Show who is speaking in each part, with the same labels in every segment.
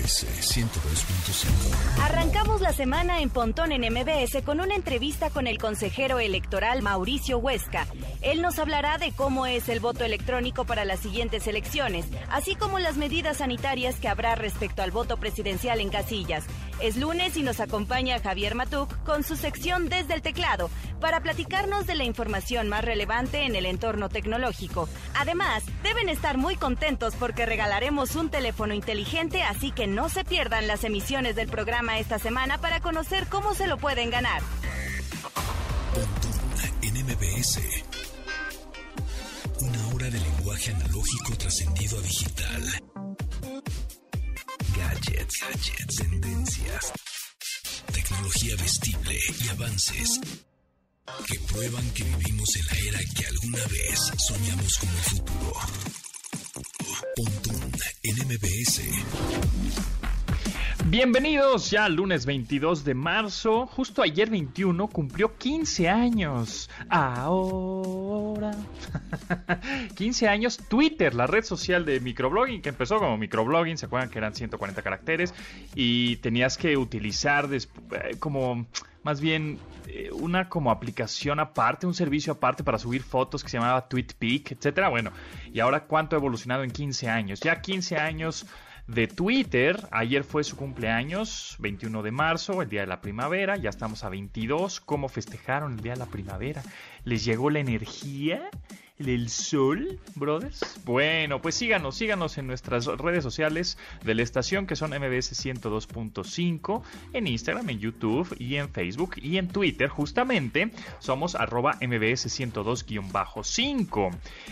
Speaker 1: MBS 102.5.
Speaker 2: Arrancamos la semana en Pontón en MBS con una entrevista con el consejero electoral Mauricio Huesca. Él nos hablará de cómo es el voto electrónico para las siguientes elecciones, así como las medidas sanitarias que habrá respecto al voto presidencial en casillas. Es lunes y nos acompaña Javier Matuk con su sección Desde el Teclado para platicarnos de la información más relevante en el entorno tecnológico. Además, deben estar muy contentos porque regalaremos un teléfono inteligente, así que no se pierdan las emisiones del programa esta semana para conocer cómo se lo pueden ganar.
Speaker 1: Pontón en MBS. Una hora de lenguaje analógico trascendido a digital. Gadgets, tendencias, tecnología vestible y avances que prueban que vivimos en la era que alguna vez soñamos como el futuro. Pontón en MBS.
Speaker 3: Bienvenidos ya al lunes 22 de marzo. Justo ayer 21 cumplió 15 años. Ahora 15 años Twitter, la red social de microblogging, que empezó como microblogging. ¿Se acuerdan que eran 140 caracteres? Y tenías que utilizar como más bien una como aplicación aparte, un servicio aparte para subir fotos que se llamaba TweetPic, etcétera. Bueno, y ahora cuánto ha evolucionado en 15 años. Ya 15 años de Twitter. Ayer fue su cumpleaños, 21 de marzo, el día de la primavera. Ya estamos a 22. ¿Cómo festejaron el día de la primavera? ¿Les llegó la energía del sol, brothers? Bueno, pues síganos en nuestras redes sociales de la estación, que son MBS 102.5, en Instagram, en YouTube y en Facebook, y en Twitter justamente somos @MBS 102-5.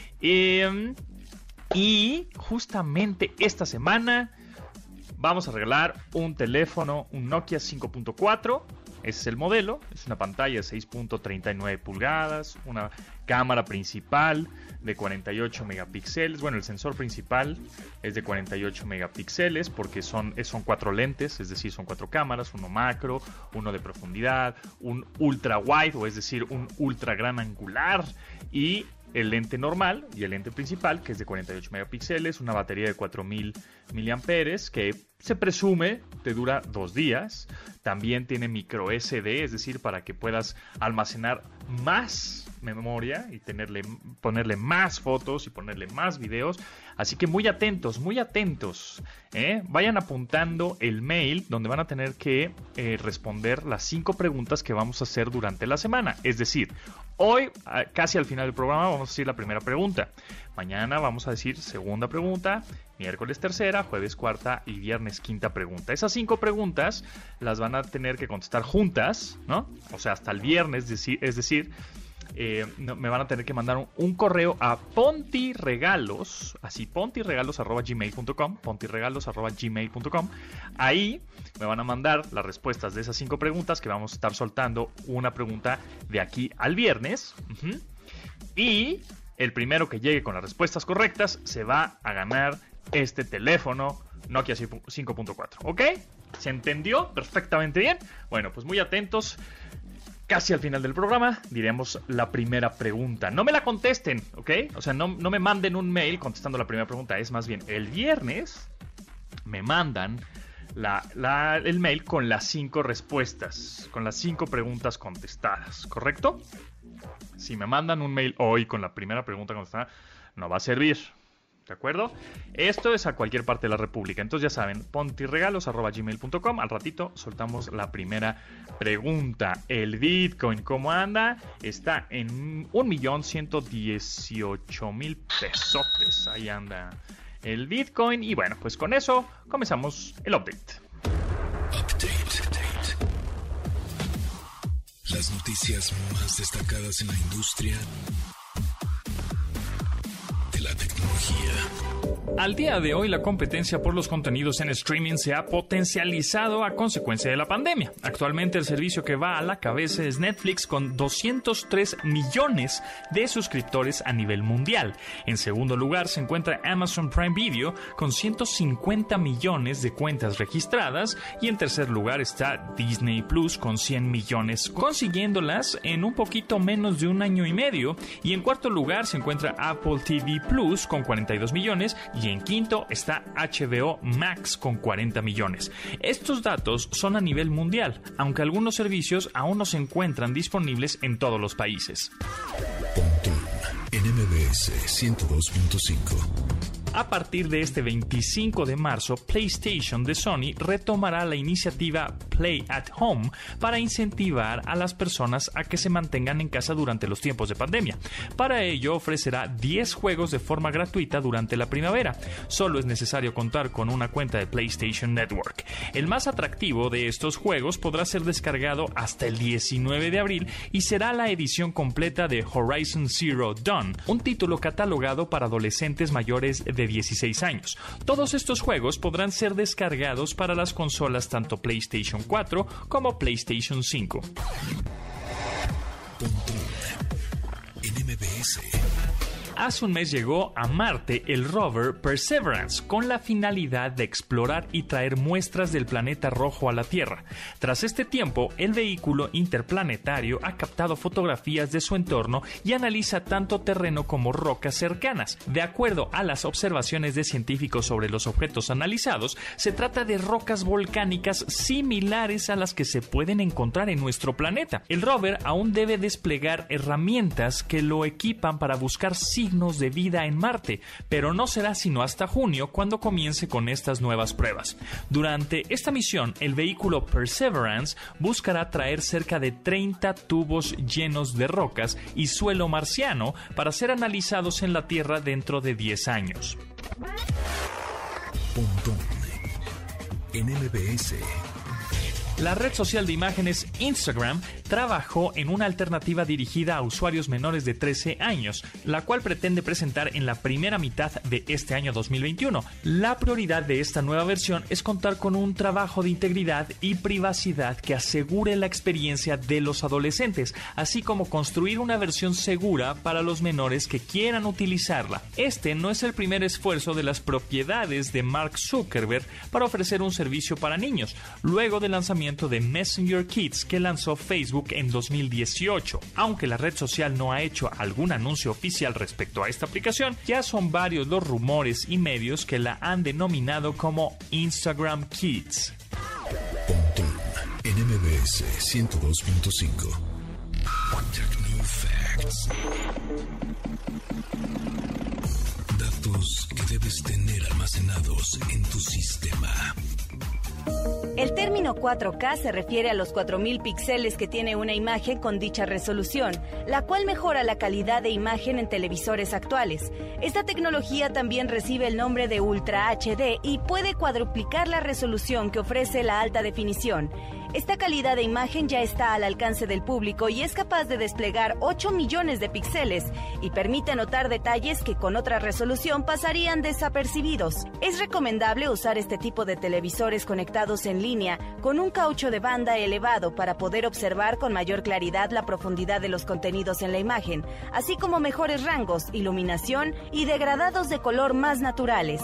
Speaker 3: Y justamente esta semana vamos a regalar un teléfono, un Nokia 5.4. Ese es el modelo. Es una pantalla de 6.39 pulgadas, una cámara principal de 48 megapíxeles. Bueno, el sensor principal es de 48 megapíxeles porque son 4 lentes, es decir, son 4 cámaras, uno macro, uno de profundidad, un ultra wide, o es decir, un ultra gran angular, y el lente normal y el lente principal, que es de 48 megapíxeles, una batería de 4000 miliamperes que se presume te dura 2 días. También tiene micro SD, es decir, para que puedas almacenar más memoria y ponerle más fotos y ponerle más videos. Así que muy atentos, vayan apuntando el mail donde van a tener que responder las 5 preguntas que vamos a hacer durante la semana. Es decir, hoy, casi al final del programa, vamos a decir la primera pregunta. Mañana vamos a decir segunda pregunta, miércoles tercera, jueves cuarta y viernes quinta pregunta. Esas 5 preguntas las van a tener que contestar juntas, ¿no? O sea, hasta el viernes, es decir, me van a tener que mandar un correo a pontiregalos, así, pontiregalos@gmail.com, pontiregalos@gmail.com. Ahí me van a mandar las respuestas de esas 5 preguntas, que vamos a estar soltando una pregunta de aquí al viernes. Y el primero que llegue con las respuestas correctas se va a ganar este teléfono Nokia 5.4, ¿ok? ¿Se entendió perfectamente bien? Bueno, pues muy atentos. Casi al final del programa diremos la primera pregunta. No me la contesten, ¿ok? O sea, no me manden un mail contestando la primera pregunta. Es más bien, el viernes me mandan el mail con las 5 respuestas, con las 5 preguntas contestadas, ¿correcto? Si me mandan un mail hoy con la primera pregunta contestada, no va a servir. ¿De acuerdo? Esto es a cualquier parte de la República. Entonces ya saben, pontiregalos@gmail.com. Al ratito soltamos la primera pregunta. El Bitcoin, ¿cómo anda? Está en 1.118.000 pesotes. Ahí anda el Bitcoin. Y bueno, pues con eso comenzamos el update.
Speaker 1: Las noticias más destacadas en la industria de la tecnología.
Speaker 3: Al día de hoy, la competencia por los contenidos en streaming se ha potencializado a consecuencia de la pandemia. Actualmente, el servicio que va a la cabeza es Netflix, con 203 millones de suscriptores a nivel mundial. En segundo lugar se encuentra Amazon Prime Video, con 150 millones de cuentas registradas. Y en tercer lugar está Disney Plus, con 100 millones, consiguiéndolas en un poquito menos de un año y medio. Y en cuarto lugar se encuentra Apple TV Plus, con 42 millones. Y en quinto está HBO Max con 40 millones. Estos datos son a nivel mundial, aunque algunos servicios aún no se encuentran disponibles en todos los países.
Speaker 1: Pontón en MBS 102.5.
Speaker 3: A partir de este 25 de marzo, PlayStation de Sony retomará la iniciativa Play at Home para incentivar a las personas a que se mantengan en casa durante los tiempos de pandemia. Para ello, ofrecerá 10 juegos de forma gratuita durante la primavera. Solo es necesario contar con una cuenta de PlayStation Network. El más atractivo de estos juegos podrá ser descargado hasta el 19 de abril y será la edición completa de Horizon Zero Dawn, un título catalogado para adolescentes mayores de 16 años. Todos estos juegos podrán ser descargados para las consolas tanto PlayStation 4 como PlayStation 5.
Speaker 1: Pontón en MBS.
Speaker 3: Hace un mes llegó a Marte el rover Perseverance con la finalidad de explorar y traer muestras del planeta rojo a la Tierra. Tras este tiempo, el vehículo interplanetario ha captado fotografías de su entorno y analiza tanto terreno como rocas cercanas. De acuerdo a las observaciones de científicos sobre los objetos analizados, se trata de rocas volcánicas similares a las que se pueden encontrar en nuestro planeta. El rover aún debe desplegar herramientas que lo equipan para buscar signos de vida en Marte, pero no será sino hasta junio cuando comience con estas nuevas pruebas. Durante esta misión, el vehículo Perseverance buscará traer cerca de 30 tubos llenos de rocas y suelo marciano para ser analizados en la Tierra dentro de 10 años.
Speaker 1: Pontón en MBS.
Speaker 3: La red social de imágenes Instagram trabajó en una alternativa dirigida a usuarios menores de 13 años, la cual pretende presentar en la primera mitad de este año 2021. La prioridad de esta nueva versión es contar con un trabajo de integridad y privacidad que asegure la experiencia de los adolescentes, así como construir una versión segura para los menores que quieran utilizarla. Este no es el primer esfuerzo de las propiedades de Mark Zuckerberg para ofrecer un servicio para niños, luego del lanzamiento de Messenger Kids que lanzó Facebook en 2018. Aunque la red social no ha hecho algún anuncio oficial respecto a esta aplicación, ya son varios los rumores y medios que la han denominado como Instagram Kids.
Speaker 1: Pontón en MBS 102.5. Techno Facts. Datos que debes tener almacenados en tu sistema.
Speaker 2: El término 4K se refiere a los 4000 píxeles que tiene una imagen con dicha resolución, la cual mejora la calidad de imagen en televisores actuales. Esta tecnología también recibe el nombre de Ultra HD y puede cuadruplicar la resolución que ofrece la alta definición. Esta calidad de imagen ya está al alcance del público y es capaz de desplegar 8 millones de píxeles y permite notar detalles que con otra resolución pasarían desapercibidos. Es recomendable usar este tipo de televisores conectados en línea con un caucho de banda elevado para poder observar con mayor claridad la profundidad de los contenidos en la imagen, así como mejores rangos, iluminación y degradados de color más naturales.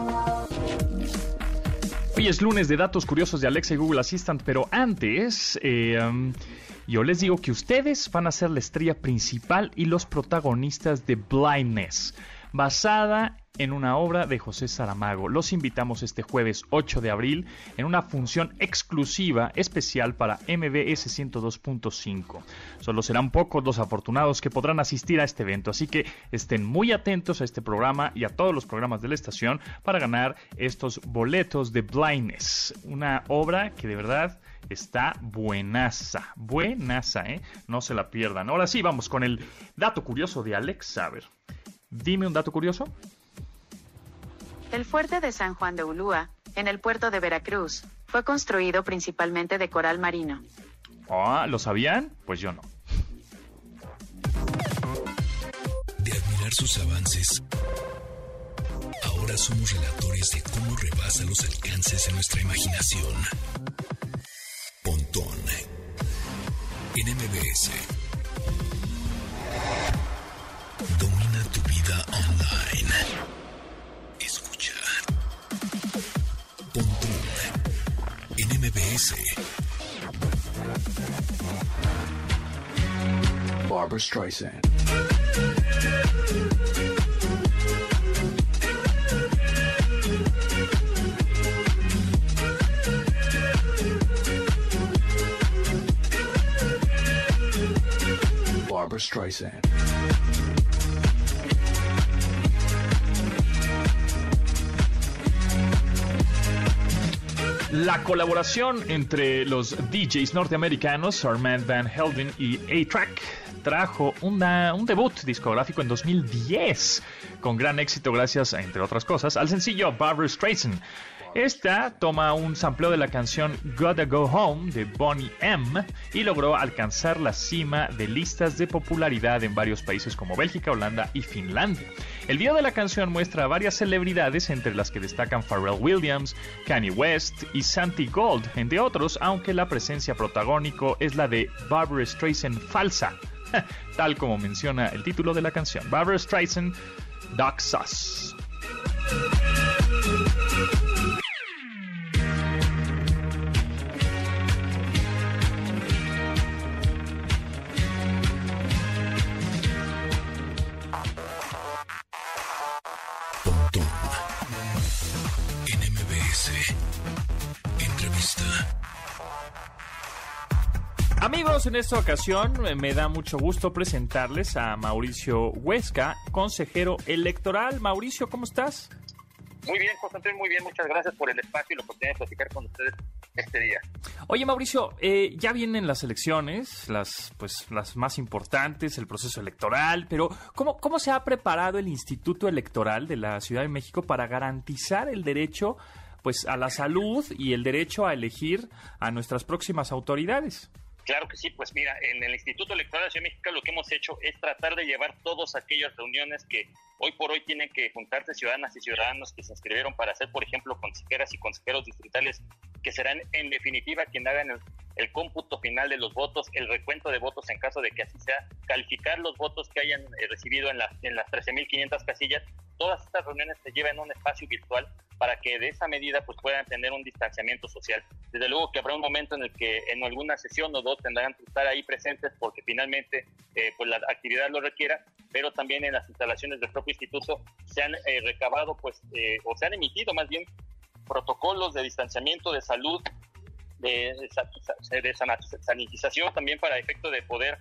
Speaker 3: Hoy es lunes de datos curiosos de Alexa y Google Assistant, pero antes yo les digo que ustedes van a ser la estrella principal y los protagonistas de Blindness, basada en una obra de José Saramago. Los invitamos este jueves 8 de abril en una función exclusiva especial para MBS 102.5. Solo serán pocos los afortunados que podrán asistir a este evento, así que estén muy atentos a este programa y a todos los programas de la estación para ganar estos boletos de Blindness, una obra que de verdad está buenaza, no se la pierdan. Ahora sí, vamos con el dato curioso de Alexa. A ver, dime un dato curioso.
Speaker 4: El fuerte de San Juan de Ulúa, en el puerto de Veracruz, fue construido principalmente de coral marino.
Speaker 3: ¿Lo sabían? Pues yo no.
Speaker 1: De admirar sus avances, ahora somos relatores de cómo rebasa los alcances de nuestra imaginación. Pontón en MBS. Domina tu vida online. Escucha. Pontón en MBS.
Speaker 5: Barbra Streisand. Streisand.
Speaker 3: La colaboración entre los DJs norteamericanos Armand Van Helden y A-Track trajo un debut discográfico en 2010 con gran éxito gracias, entre otras cosas, al sencillo Barbra Streisand. Esta toma un sampleo de la canción Gotta Go Home de Boney M y logró alcanzar la cima de listas de popularidad en varios países como Bélgica, Holanda y Finlandia. El video de la canción muestra a varias celebridades, entre las que destacan Pharrell Williams, Kanye West y Santi Gold, entre otros, aunque la presencia protagónico es la de Barbra Streisand falsa, tal como menciona el título de la canción, Barbra Streisand, Doc Sus. Amigos, en esta ocasión me da mucho gusto presentarles a Mauricio Huesca, consejero electoral. Mauricio, ¿cómo estás?
Speaker 6: Muy bien, José Antonio, muy bien. Muchas gracias por el espacio y la oportunidad de platicar con ustedes este día.
Speaker 3: Oye, Mauricio, ya vienen las elecciones, las más importantes, el proceso electoral, pero ¿cómo se ha preparado el Instituto Electoral de la Ciudad de México para garantizar el derecho a la salud y el derecho a elegir a nuestras próximas autoridades?
Speaker 6: Claro que sí, pues mira, en el Instituto Electoral de la Ciudad de México lo que hemos hecho es tratar de llevar todas aquellas reuniones que hoy por hoy tienen que juntarse ciudadanas y ciudadanos que se inscribieron para ser, por ejemplo, consejeras y consejeros distritales, que serán en definitiva quien hagan el cómputo final de los votos, el recuento de votos en caso de que así sea, calificar los votos que hayan recibido en las 13.500 casillas. Todas estas reuniones se llevan a un espacio virtual para que de esa medida pues puedan tener un distanciamiento social. Desde luego que habrá un momento en el que en alguna sesión o dos tendrán que estar ahí presentes porque finalmente pues la actividad lo requiera, pero también en las instalaciones del propio instituto se han recabado o se han emitido más bien protocolos de distanciamiento, de salud, de sanitización también para efecto de poder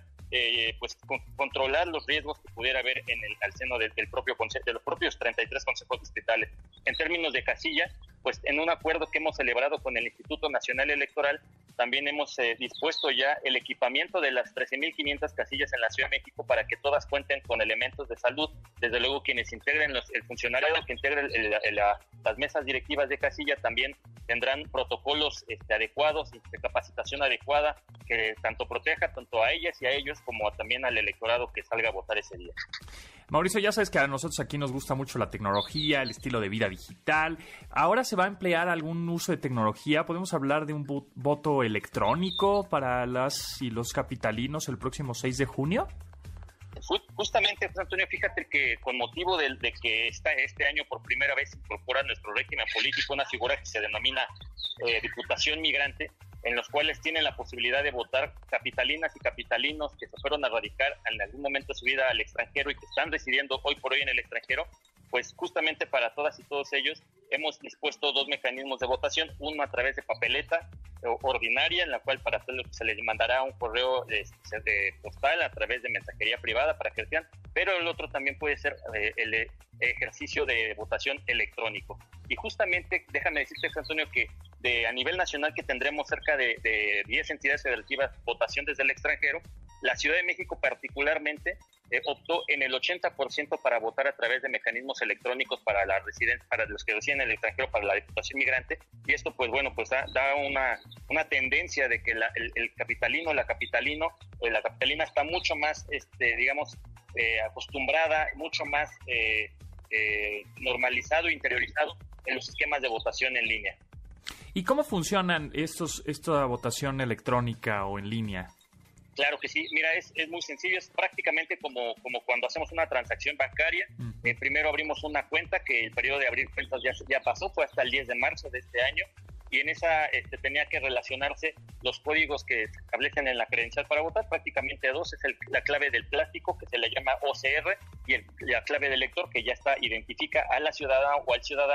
Speaker 6: controlar los riesgos que pudiera haber al seno del propio consejo, de los propios 33 consejos distritales. En términos de casilla, pues en un acuerdo que hemos celebrado con el Instituto Nacional Electoral, también hemos dispuesto ya el equipamiento de las 13.500 casillas en la Ciudad de México para que todas cuenten con elementos de salud. Desde luego quienes integren el funcionario que integre las mesas directivas de casilla también tendrán protocolos adecuados y de capacitación adecuada que tanto proteja tanto a ellas y a ellos como también al electorado que salga a votar ese día.
Speaker 3: Mauricio, ya sabes que a nosotros aquí nos gusta mucho la tecnología, el estilo de vida digital. ¿Ahora se va a emplear algún uso de tecnología? ¿Podemos hablar de un voto electrónico para las y los capitalinos el próximo 6 de junio?
Speaker 6: Justamente, José Antonio, fíjate que con motivo de que este año por primera vez incorpora a nuestro régimen político una figura que se denomina Diputación Migrante, en los cuales tienen la posibilidad de votar capitalinas y capitalinos que se fueron a radicar en algún momento de su vida al extranjero y que están residiendo hoy por hoy en el extranjero. Pues justamente para todas y todos ellos hemos dispuesto dos mecanismos de votación, uno a través de papeleta ordinaria, en la cual para hacerlo se les mandará un correo de postal a través de mensajería privada para que lo sean, pero el otro también puede ser el ejercicio de votación electrónico. Y justamente, déjame decirte, Antonio, que a nivel nacional que tendremos cerca de 10 entidades federativas votación desde el extranjero, la Ciudad de México particularmente optó en el 80% para votar a través de mecanismos electrónicos para los que residen en el extranjero, para la Diputación Migrante, y esto pues da una tendencia de que el capitalino, la capitalina está mucho más acostumbrada, mucho más normalizado, interiorizado en los esquemas de votación en línea.
Speaker 3: ¿Y cómo funcionan esta votación electrónica o en línea?
Speaker 6: Claro que sí, mira, es muy sencillo, es prácticamente como cuando hacemos una transacción bancaria. Primero abrimos una cuenta, que el periodo de abrir cuentas ya pasó, fue hasta el 10 de marzo de este año, y en esa tenía que relacionarse los códigos que se establecen en la credencial para votar, prácticamente dos, es la clave del plástico, que se le llama OCR, y la clave del lector, que ya identifica a la ciudadana o al ciudadano,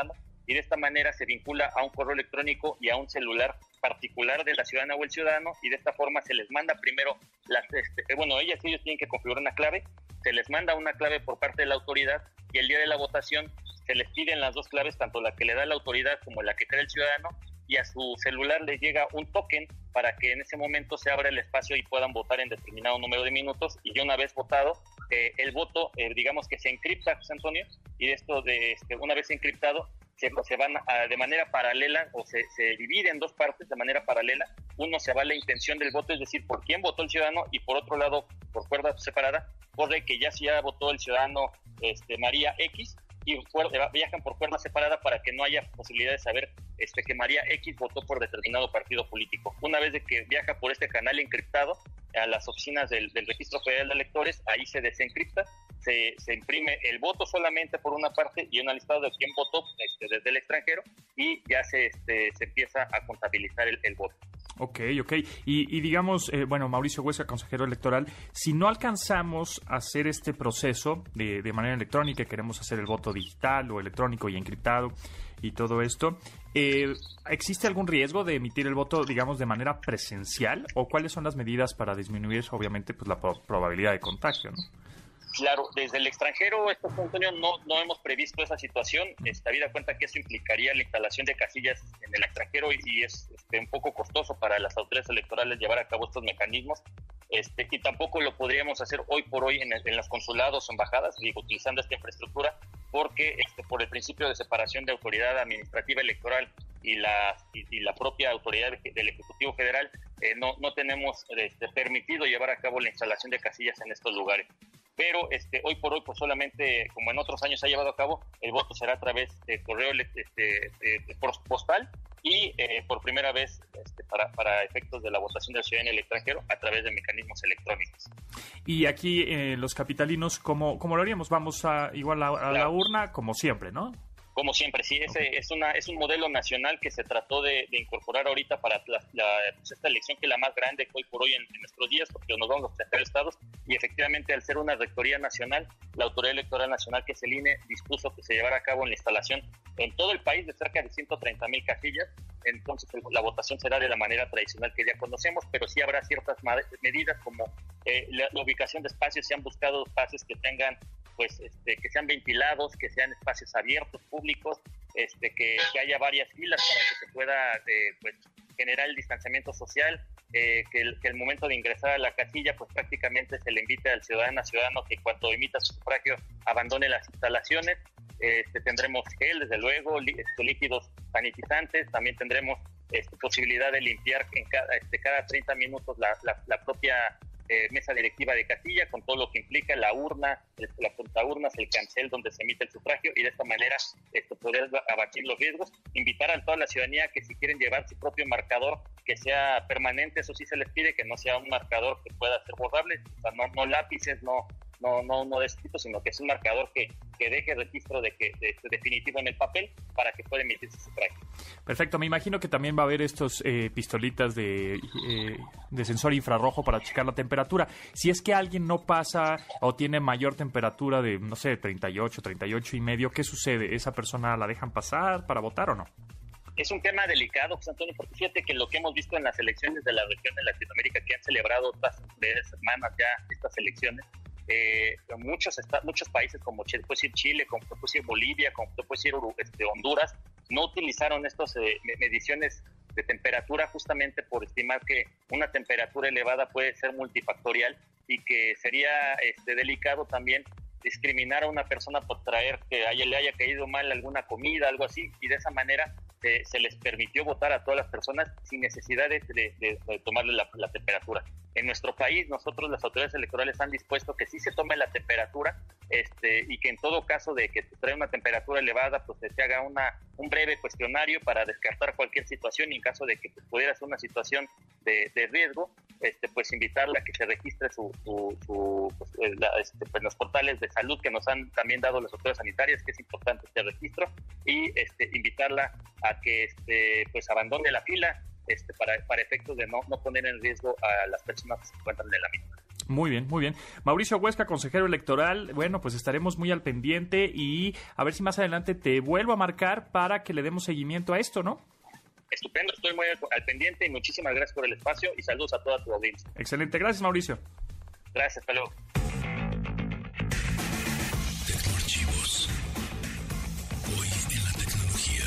Speaker 6: y de esta manera se vincula a un correo electrónico y a un celular particular de la ciudadana o el ciudadano, y de esta forma se les manda primero ellos tienen que configurar una clave, se les manda una clave por parte de la autoridad, y el día de la votación se les piden las dos claves, tanto la que le da la autoridad como la que crea el ciudadano, y a su celular les llega un token para que en ese momento se abra el espacio y puedan votar en determinado número de minutos, y ya una vez votado, el voto, digamos que se encripta, José Antonio, y de esto, una vez encriptado, se van de manera paralela, o se divide en dos partes de manera paralela. Uno se va a la intención del voto, es decir, por quién votó el ciudadano, y por otro lado, por cuerda separada, corre que ya votó el ciudadano María X, y viajan por cuerda separada para que no haya posibilidad de saber que María X votó por determinado partido político. Una vez de que viaja por este canal encriptado a las oficinas del Registro Federal de Electores, ahí se desencripta, se imprime el voto solamente por una parte y un listado de quién votó desde el extranjero, y ya se empieza a contabilizar el voto.
Speaker 3: Ok. Y digamos, Mauricio Huesca, consejero electoral, si no alcanzamos a hacer este proceso de manera electrónica, queremos hacer el voto digital o electrónico y encriptado y todo esto, ¿existe algún riesgo de emitir el voto, digamos, de manera presencial? ¿O cuáles son las medidas para disminuir, obviamente, pues la probabilidad de contagio, ¿no?
Speaker 6: Claro, desde el extranjero, Antonio, no hemos previsto esa situación. Habida cuenta que eso implicaría la instalación de casillas en el extranjero y es un poco costoso para las autoridades electorales llevar a cabo estos mecanismos. Y tampoco lo podríamos hacer hoy por hoy en los consulados o embajadas, utilizando esta infraestructura, porque por el principio de separación de autoridad administrativa electoral y la propia autoridad del Ejecutivo Federal, no tenemos permitido llevar a cabo la instalación de casillas en estos lugares. Pero hoy por hoy, pues solamente, como en otros años se ha llevado a cabo, el voto será a través de correo postal y por primera vez para efectos de la votación de la ciudadanía en el extranjero a través de mecanismos electrónicos.
Speaker 3: Y aquí los capitalinos, ¿cómo lo haríamos? Vamos igual a la urna, como siempre, ¿no?
Speaker 6: Como siempre, sí, es un modelo nacional que se trató de incorporar ahorita para esta elección, que es la más grande hoy por hoy en nuestros días, porque nos vamos a presentar estados, y efectivamente, al ser una rectoría nacional, la Autoridad Electoral Nacional, que es el INE, dispuso que se llevara a cabo en la instalación en todo el país de cerca de 130,000 casillas. Entonces la votación será de la manera tradicional que ya conocemos, pero sí habrá ciertas medidas como la ubicación de espacios. Se han buscado espacios que tengan que sean ventilados, que sean espacios abiertos, públicos, que haya varias filas para que se pueda generar el distanciamiento social, que el momento de ingresar a la casilla, pues prácticamente se le invite al ciudadano que cuando emita su sufragio abandone las instalaciones. Tendremos gel, desde luego, líquidos sanitizantes, también tendremos posibilidad de limpiar cada 30 minutos la propia mesa directiva de casilla, con todo lo que implica la urna, la portaurnas, el cancel donde se emite el sufragio, y de esta manera poder abatir los riesgos. Invitar a toda la ciudadanía que si quieren llevar su propio marcador, que sea permanente, eso sí se les pide, que no sea un marcador que pueda ser borrable, o sea, no lápices, no de ese tipo, sino que es un marcador que deje registro definitivo en el papel para que pueda emitir su sufragio.
Speaker 3: Perfecto, me imagino que también va a haber estos pistolitas de sensor infrarrojo para checar la temperatura. Si es que alguien no pasa o tiene mayor temperatura de, 38 y medio, ¿qué sucede? ¿Esa persona la dejan pasar para votar o no?
Speaker 6: Es un tema delicado, José Antonio, porque fíjate que lo que hemos visto en las elecciones de la región de Latinoamérica, que han celebrado otras semanas ya estas elecciones, muchos países, como puede decir Chile, como puede decir Bolivia, como puede decir Honduras, no utilizaron estas mediciones de temperatura, justamente por estimar que una temperatura elevada puede ser multifactorial y que sería delicado también discriminar a una persona por traer que le haya caído mal alguna comida, algo así, y de esa manera se les permitió votar a todas las personas sin necesidad de tomarle la temperatura. En nuestro país, nosotros, las autoridades electorales, han dispuesto que sí se tome la temperatura y que en todo caso de que trae una temperatura elevada, pues se haga un breve cuestionario para descartar cualquier situación, y en caso de que pudiera ser una situación de riesgo, pues invitarla a que se registre en los portales de salud que nos han también dado las autoridades sanitarias, que es importante este registro, y invitarla a que pues abandone la fila para efectos de no poner en riesgo a las personas que se encuentran en la misma.
Speaker 3: Muy bien, muy bien. Mauricio Huesca, consejero electoral, bueno, pues estaremos muy al pendiente y a ver si más adelante te vuelvo a marcar para que le demos seguimiento a esto, ¿no?
Speaker 6: Estupendo, estoy muy al pendiente y muchísimas gracias por el espacio y saludos a toda tu audiencia.
Speaker 3: Excelente, gracias Mauricio.
Speaker 6: Gracias, hasta luego.
Speaker 1: Tecnoarchivos. Hoy en la tecnología.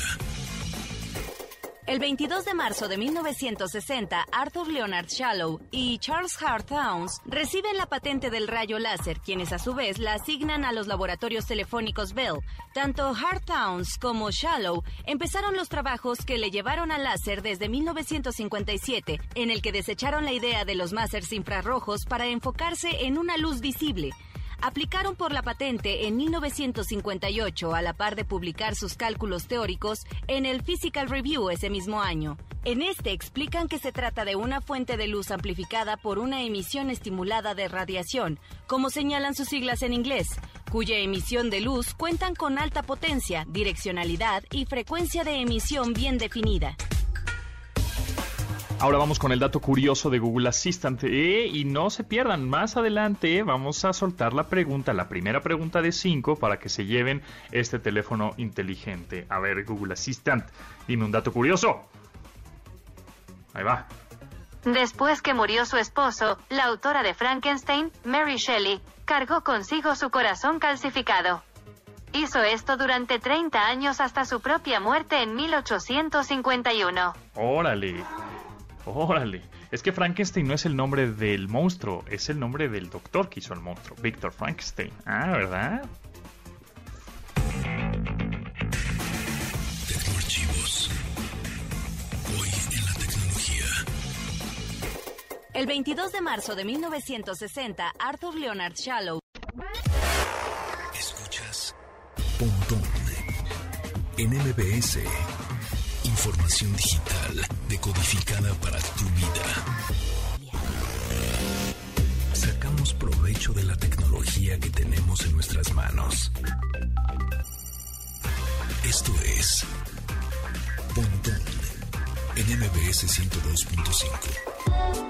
Speaker 2: El 22 de marzo de 1960, Arthur Leonard Shallow y Charles Hart Townes reciben la patente del rayo láser, quienes a su vez la asignan a los laboratorios telefónicos Bell. Tanto Hart Townes como Shallow empezaron los trabajos que le llevaron al láser desde 1957, en el que desecharon la idea de los másters infrarrojos para enfocarse en una luz visible. Aplicaron por la patente en 1958 a la par de publicar sus cálculos teóricos en el Physical Review ese mismo año. En este explican que se trata de una fuente de luz amplificada por una emisión estimulada de radiación, como señalan sus siglas en inglés, cuya emisión de luz cuentan con alta potencia, direccionalidad y frecuencia de emisión bien definida.
Speaker 3: Ahora vamos con el dato curioso de Google Assistant y no se pierdan, más adelante vamos a soltar la primera pregunta de 5 para que se lleven este teléfono inteligente. A ver, Google Assistant, dime un dato curioso. Ahí va.
Speaker 4: Después que murió su esposo, la autora de Frankenstein, Mary Shelley, cargó consigo su corazón calcificado. Hizo esto durante 30 años hasta su propia muerte en 1851.
Speaker 3: Órale. Es que Frankenstein no es el nombre del monstruo, es el nombre del doctor que hizo el monstruo, Victor Frankenstein. Ah, ¿verdad?
Speaker 1: Tecnoarchivos. Hoy en la tecnología.
Speaker 2: El 22 de marzo de 1960, Arthur Leonard Shallow.
Speaker 1: Escuchas Pontón en MBS. Información digital decodificada para tu vida. Sacamos provecho de la tecnología que tenemos en nuestras manos. Esto es Pontón en MBS 102.5.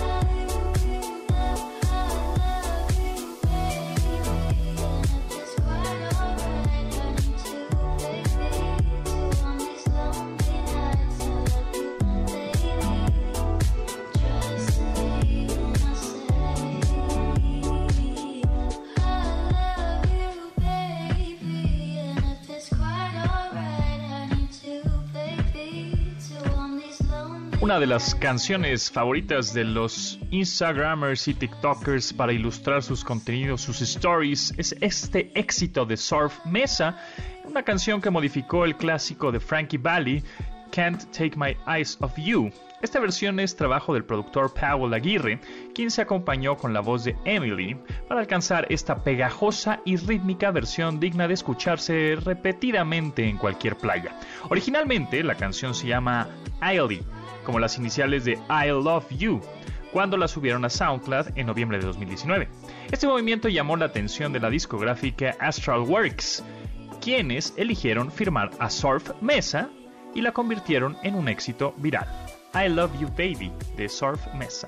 Speaker 3: Una de las canciones favoritas de los Instagramers y TikTokers para ilustrar sus contenidos, sus stories, es este éxito de Surf Mesa, una canción que modificó el clásico de Frankie Valli, Can't Take My Eyes Off You. Esta versión es trabajo del productor Powell Aguirre, quien se acompañó con la voz de Emily para alcanzar esta pegajosa y rítmica versión digna de escucharse repetidamente en cualquier playa. Originalmente la canción se llama Ailey, como las iniciales de I Love You, cuando la subieron a SoundCloud en noviembre de 2019. Este movimiento llamó la atención de la discográfica Astral Works, quienes eligieron firmar a Surf Mesa y la convirtieron en un éxito viral. I Love You Baby, de Surf Mesa.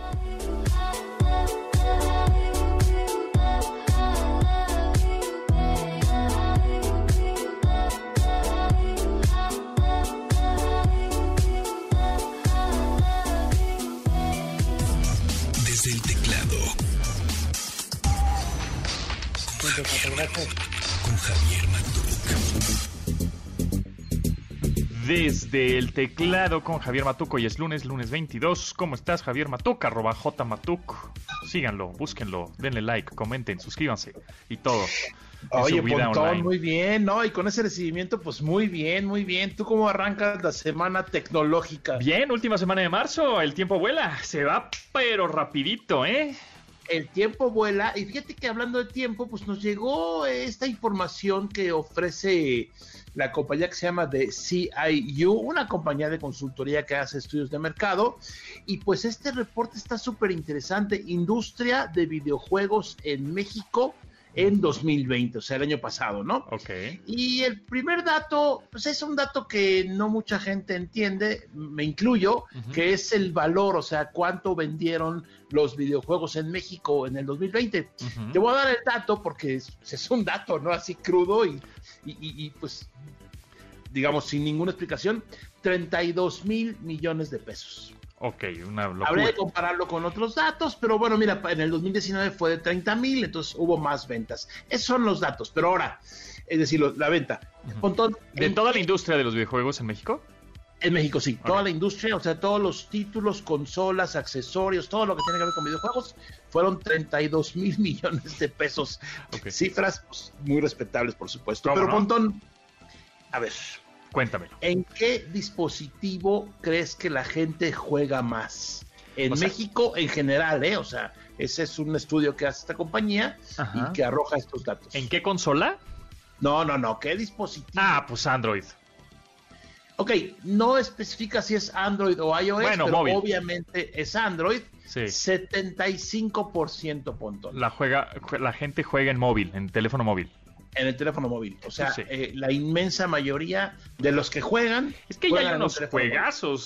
Speaker 1: Desde el teclado. Con Javier Matuk.
Speaker 3: Desde el teclado con Javier Matuk. Hoy es lunes 22. ¿Cómo estás, Javier Matuk? @jmatuk. Síganlo, búsquenlo, denle like, comenten, suscríbanse y todo.
Speaker 5: Oye, Pontón, muy bien, ¿no? Y con ese recibimiento, pues muy bien. ¿Tú cómo arrancas la semana tecnológica?
Speaker 3: Bien, última semana de marzo, el tiempo vuela, se va pero rapidito, ¿eh?
Speaker 5: El tiempo vuela, y fíjate que hablando de tiempo, pues nos llegó esta información que ofrece la compañía que se llama de CIU, una compañía de consultoría que hace estudios de mercado, y pues este reporte está súper interesante. Industria de videojuegos en México en 2020, o sea, el año pasado, ¿no?
Speaker 3: Ok.
Speaker 5: Y el primer dato, pues es un dato que no mucha gente entiende, me incluyo, que es el valor, o sea, cuánto vendieron los videojuegos en México en el 2020. Te voy a dar el dato porque es un dato, ¿no? Así crudo y pues, digamos, sin ninguna explicación, 32 mil millones de pesos.
Speaker 3: Ok, una locura.
Speaker 5: Habría que compararlo con otros datos, pero bueno, mira, en el 2019 fue de 30 mil, entonces hubo más ventas. Esos son los datos, pero ahora, es decir, la venta. Pontón,
Speaker 3: ¿De toda la industria de los videojuegos en México?
Speaker 5: En México, sí. Okay. Toda la industria, o sea, todos los títulos, consolas, accesorios, todo lo que tiene que ver con videojuegos, fueron 32 mil millones de pesos. Okay. Cifras pues, muy respetables, por supuesto. Pero, Pontón, a ver...
Speaker 3: Cuéntamelo.
Speaker 5: ¿En qué dispositivo crees que la gente juega más? En México en general, O sea, ese es un estudio que hace esta compañía y que arroja estos datos.
Speaker 3: ¿En qué consola?
Speaker 5: No. ¿Qué dispositivo?
Speaker 3: Pues Android.
Speaker 5: Ok, no especifica si es Android o iOS, pero móvil. Obviamente es Android. Sí. 75%, Pontón.
Speaker 3: La gente juega en móvil, en teléfono móvil.
Speaker 5: En el teléfono móvil, o sea, la inmensa mayoría de los que juegan...
Speaker 3: Es que ya hay unos juegazos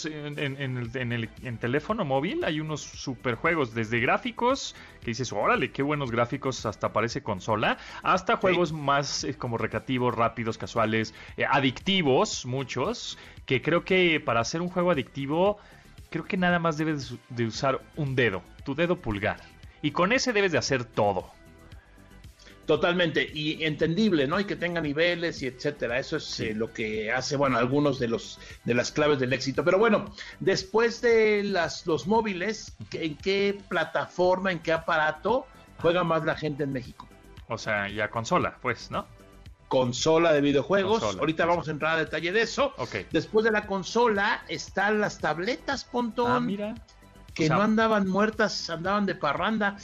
Speaker 3: en teléfono móvil, hay unos super juegos, desde gráficos, que dices, órale, qué buenos gráficos, hasta parece consola, hasta juegos más como recreativos, rápidos, casuales, adictivos, muchos, que creo que para hacer un juego adictivo, creo que nada más debes de usar un dedo, tu dedo pulgar, y con ese debes de hacer todo.
Speaker 5: Totalmente, y entendible, ¿no? Y que tenga niveles y etcétera. Eso es lo que hace, bueno, algunos de las claves del éxito. Pero bueno, después de los móviles, ¿en qué plataforma, en qué aparato juega más la gente en México?
Speaker 3: O sea, ya consola, pues, ¿no?
Speaker 5: Consola de videojuegos. Ahorita vamos a entrar a detalle de eso.
Speaker 3: Okay.
Speaker 5: Después de la consola están las tabletas, Pontón.
Speaker 3: Mira.
Speaker 5: Que no andaban muertas, andaban de parranda.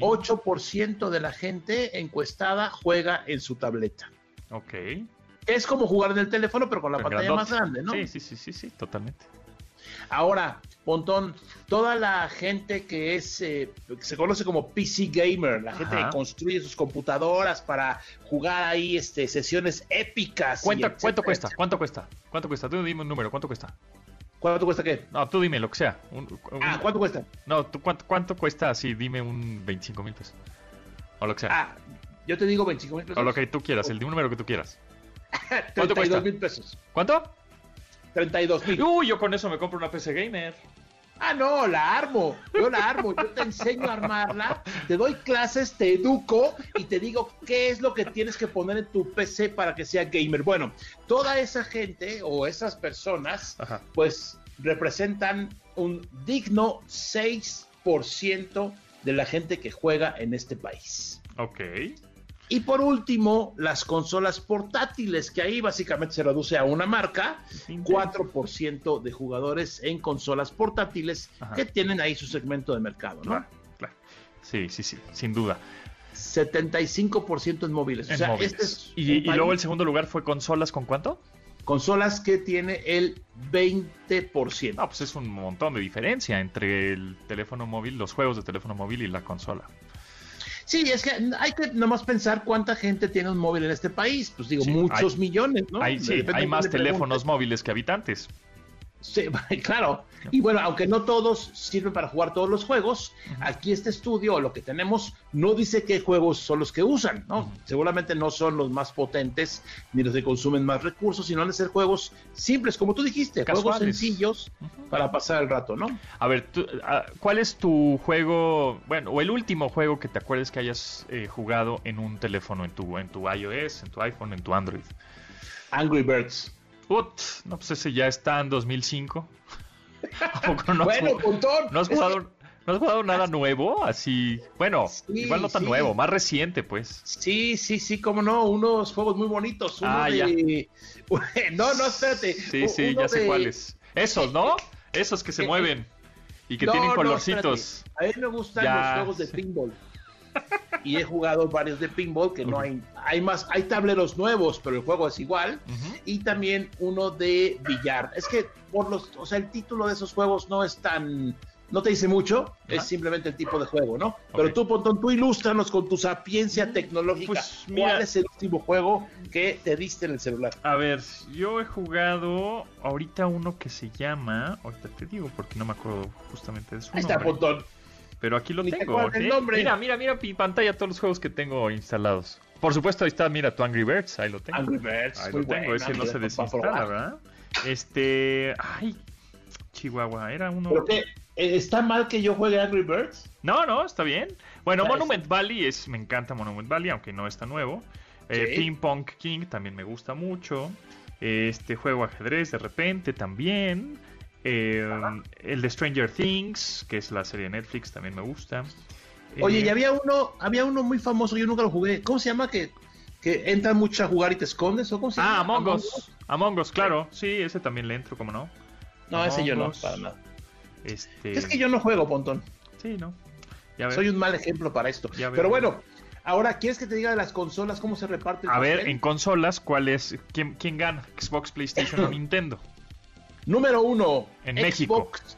Speaker 5: 8% de la gente encuestada juega en su tableta.
Speaker 3: Ok.
Speaker 5: Es como jugar en el teléfono, pero con la pantalla más grande, ¿no?
Speaker 3: Sí, totalmente.
Speaker 5: Ahora, Pontón, toda la gente que se conoce como PC Gamer, la gente que construye sus computadoras para jugar ahí sesiones épicas.
Speaker 3: ¿Cuánto cuesta? ¿Cuánto cuesta? Tú dime un número, ¿cuánto cuesta?
Speaker 5: ¿Cuánto cuesta qué?
Speaker 3: No, tú dime lo que sea.
Speaker 5: ¿Cuánto cuesta?
Speaker 3: No, ¿cuánto cuesta? Sí, dime un 25 mil pesos. O lo que sea.
Speaker 5: Yo te digo 25 mil pesos.
Speaker 3: O lo que tú quieras, el número que tú quieras.
Speaker 5: ¿Cuánto cuesta? 32 mil pesos.
Speaker 3: ¿Cuánto?
Speaker 5: 32 mil.
Speaker 3: Yo con eso me compro una PC Gamer.
Speaker 5: No, la armo. Yo te enseño a armarla, te doy clases, te educo y te digo qué es lo que tienes que poner en tu PC para que sea gamer. Bueno, toda esa gente o esas personas, pues representan un digno 6% de la gente que juega en este país.
Speaker 3: Ok.
Speaker 5: Y por último, las consolas portátiles, que ahí básicamente se reduce a una marca, 4% de jugadores en consolas portátiles que tienen ahí su segmento de mercado, ¿no?
Speaker 3: Claro. Sí, sin duda.
Speaker 5: 75% en móviles. O sea,
Speaker 3: móviles. ¿Y luego el segundo lugar fue consolas con cuánto?
Speaker 5: Consolas que tiene el 20%.
Speaker 3: Pues es un montón de diferencia entre el teléfono móvil, los juegos de teléfono móvil y la consola.
Speaker 5: Sí, es que hay que nomás pensar cuánta gente tiene un móvil en este país. Pues digo, muchos millones, ¿no?
Speaker 3: Hay más teléfonos móviles que habitantes.
Speaker 5: Sí, claro. Y bueno, aunque no todos sirven para jugar todos los juegos, aquí este estudio, lo que tenemos, no dice qué juegos son los que usan, ¿no? Seguramente no son los más potentes ni los que consumen más recursos, sino van a ser juegos simples, como tú dijiste, casuales. Juegos sencillos para pasar el rato, ¿no?
Speaker 3: A ver, ¿cuál es tu juego, o el último juego que te acuerdes que hayas jugado en un teléfono, en tu iOS, en tu iPhone, en tu Android?
Speaker 5: Angry Birds.
Speaker 3: No, pues ese ya está en 2005. ¿No has jugado nada nuevo? Así, igual no tan nuevo, más reciente, pues.
Speaker 5: Sí, cómo no, unos juegos muy bonitos. No, espérate.
Speaker 3: Sí, ya sé cuáles. Esos, ¿no? Esos que se mueven y que tienen colorcitos.
Speaker 5: A mí me gustan los juegos de pinball. Y he jugado varios de pinball que no hay tableros nuevos, pero el juego es igual. Y también uno de billar. Es que el título de esos juegos no es tan no te dice mucho,
Speaker 3: Ajá.
Speaker 5: es simplemente el tipo de juego, ¿no?
Speaker 3: Ok.
Speaker 5: Pero tú, Pontón, tú ilústranos con tu sapiencia tecnológica.
Speaker 3: Pues, mira.
Speaker 5: ¿Cuál es el último juego que te diste en el celular?
Speaker 3: A ver, yo he jugado ahorita uno que se llama... Ahorita te digo porque no me acuerdo justamente de su
Speaker 5: Ahí está,
Speaker 3: nombre.
Speaker 5: Pontón.
Speaker 3: Pero aquí lo
Speaker 5: Ni te
Speaker 3: tengo.
Speaker 5: acuerdas del
Speaker 3: ¿ok?
Speaker 5: nombre.
Speaker 3: Mira mi pantalla, todos los juegos que tengo instalados. Por supuesto, ahí está, mira, tu Angry Birds, ahí lo tengo.
Speaker 5: Angry Birds,
Speaker 3: Ahí
Speaker 5: muy
Speaker 3: lo tengo,
Speaker 5: buena,
Speaker 3: ese no
Speaker 5: mira,
Speaker 3: se
Speaker 5: para
Speaker 3: desinstala,
Speaker 5: probar.
Speaker 3: ¿verdad? Ay, Chihuahua, era uno...
Speaker 5: ¿Pero qué? ¿Está mal que yo juegue Angry Birds?
Speaker 3: No, está bien. Bueno,
Speaker 5: Está
Speaker 3: Monument Valley me encanta Monument Valley, aunque no está nuevo.
Speaker 5: Sí.
Speaker 3: Ping Pong King también me gusta mucho. Juego ajedrez de repente también. El de Stranger Things, que es la serie de Netflix, también me gusta.
Speaker 5: Oye, y había uno muy famoso, yo nunca lo jugué. ¿Cómo se llama? Que entran mucho a jugar y te escondes, ¿o cómo se llama?
Speaker 3: Among Us. Among Us, claro. Sí, ese también le entro, ¿cómo no?
Speaker 5: No, ese yo no,
Speaker 3: Among Us.
Speaker 5: para nada.
Speaker 3: Es
Speaker 5: Es que yo no juego, Pontón.
Speaker 3: Sí, ¿no? Ya ves.
Speaker 5: Soy un mal ejemplo para esto.
Speaker 3: Ya veo.
Speaker 5: Pero bueno, ahora, ¿quieres que te diga de las consolas cómo se reparte el
Speaker 3: A ver,
Speaker 5: papel?
Speaker 3: en consolas, ¿quién gana? ¿Xbox, PlayStation o Nintendo?
Speaker 5: Número 1,
Speaker 3: En México.
Speaker 5: Xbox,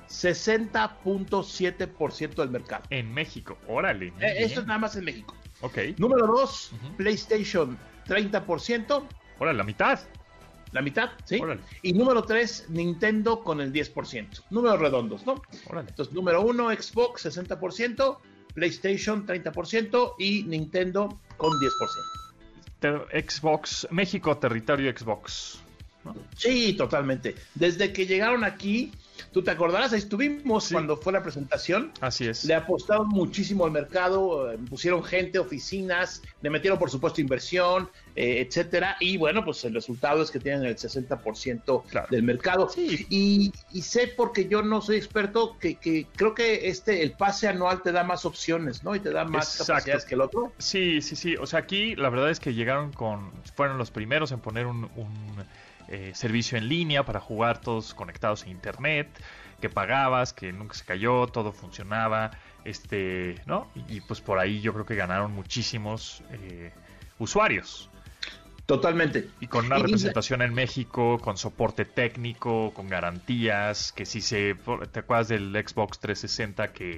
Speaker 5: 60.7% del mercado.
Speaker 3: En México, órale. muy
Speaker 5: Esto
Speaker 3: bien.
Speaker 5: es nada más en México.
Speaker 3: Ok,
Speaker 5: Número 2,
Speaker 3: Ujú.
Speaker 5: PlayStation, 30%,
Speaker 3: órale, la mitad.
Speaker 5: la mitad, ¿sí?
Speaker 3: Órale.
Speaker 5: Y número 3, Nintendo con el 10%. Números redondos, ¿no?
Speaker 3: Órale.
Speaker 5: Entonces, número 1, Xbox, 60%, PlayStation, 30% y Nintendo con 10%.
Speaker 3: Xbox, México, territorio Xbox. ¿no?
Speaker 5: Sí, totalmente. Desde que llegaron aquí, tú te acordarás, ahí estuvimos
Speaker 3: Sí.
Speaker 5: cuando fue la presentación.
Speaker 3: Así es.
Speaker 5: Le apostaron muchísimo al mercado, pusieron gente, oficinas, le metieron por supuesto inversión, etcétera, y bueno, pues el resultado es que tienen el 60%
Speaker 3: Claro.
Speaker 5: del mercado.
Speaker 3: Sí.
Speaker 5: Y sé, porque yo no soy experto, que creo que el pase anual te da más opciones, ¿no? Y te da más
Speaker 3: Exacto.
Speaker 5: capacidades que el otro.
Speaker 3: Sí. O sea, aquí la verdad es que fueron los primeros en poner un servicio en línea para jugar todos conectados a internet, que pagabas, que nunca se cayó, todo funcionaba, ¿no? Y pues por ahí yo creo que ganaron muchísimos usuarios.
Speaker 5: Totalmente.
Speaker 3: Y con una
Speaker 5: Y-
Speaker 3: representación en México, con soporte técnico, con garantías, que si ¿te acuerdas del Xbox 360 que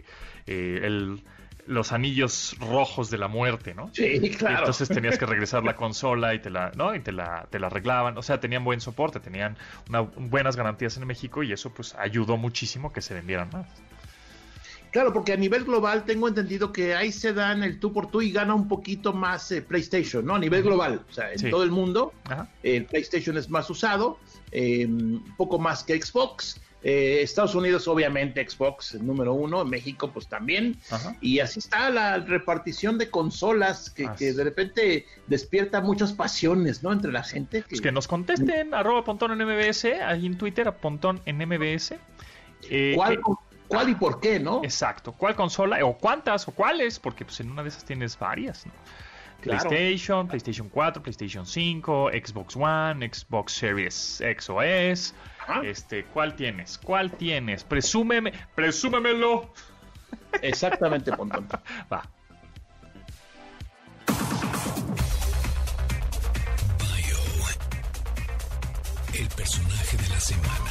Speaker 3: los anillos rojos de la muerte, ¿no?
Speaker 5: Sí, claro.
Speaker 3: Entonces tenías que regresar la consola y te la arreglaban. O sea, tenían buen soporte, tenían buenas garantías en México y eso pues ayudó muchísimo que se vendieran más.
Speaker 5: Claro, porque a nivel global tengo entendido que ahí se dan el tú por tú y gana un poquito más PlayStation, ¿no? A nivel global, o sea, en
Speaker 3: Sí.
Speaker 5: todo el mundo,
Speaker 3: Ajá.
Speaker 5: el PlayStation es más usado, un poco más que Xbox. Estados Unidos, obviamente, Xbox número 1, en México, pues también.
Speaker 3: Ajá.
Speaker 5: Y así está la repartición de consolas que de repente despierta muchas pasiones, ¿no? Entre la gente.
Speaker 3: Pues que nos contesten, @Pontón en MBS, ahí en Twitter, Pontón en MBS.
Speaker 5: ¿Cuál y por qué, no?
Speaker 3: Exacto. ¿Cuál consola? ¿O cuántas? ¿O cuáles? Porque pues en una de esas tienes varias, ¿no?
Speaker 5: Claro.
Speaker 3: PlayStation 4, PlayStation 5, Xbox One, Xbox Series X o S.
Speaker 5: Ajá.
Speaker 3: ¿Cuál tienes? Presúmemelo.
Speaker 5: Exactamente, Pontón.
Speaker 3: Va.
Speaker 1: Bio. El personaje de la semana.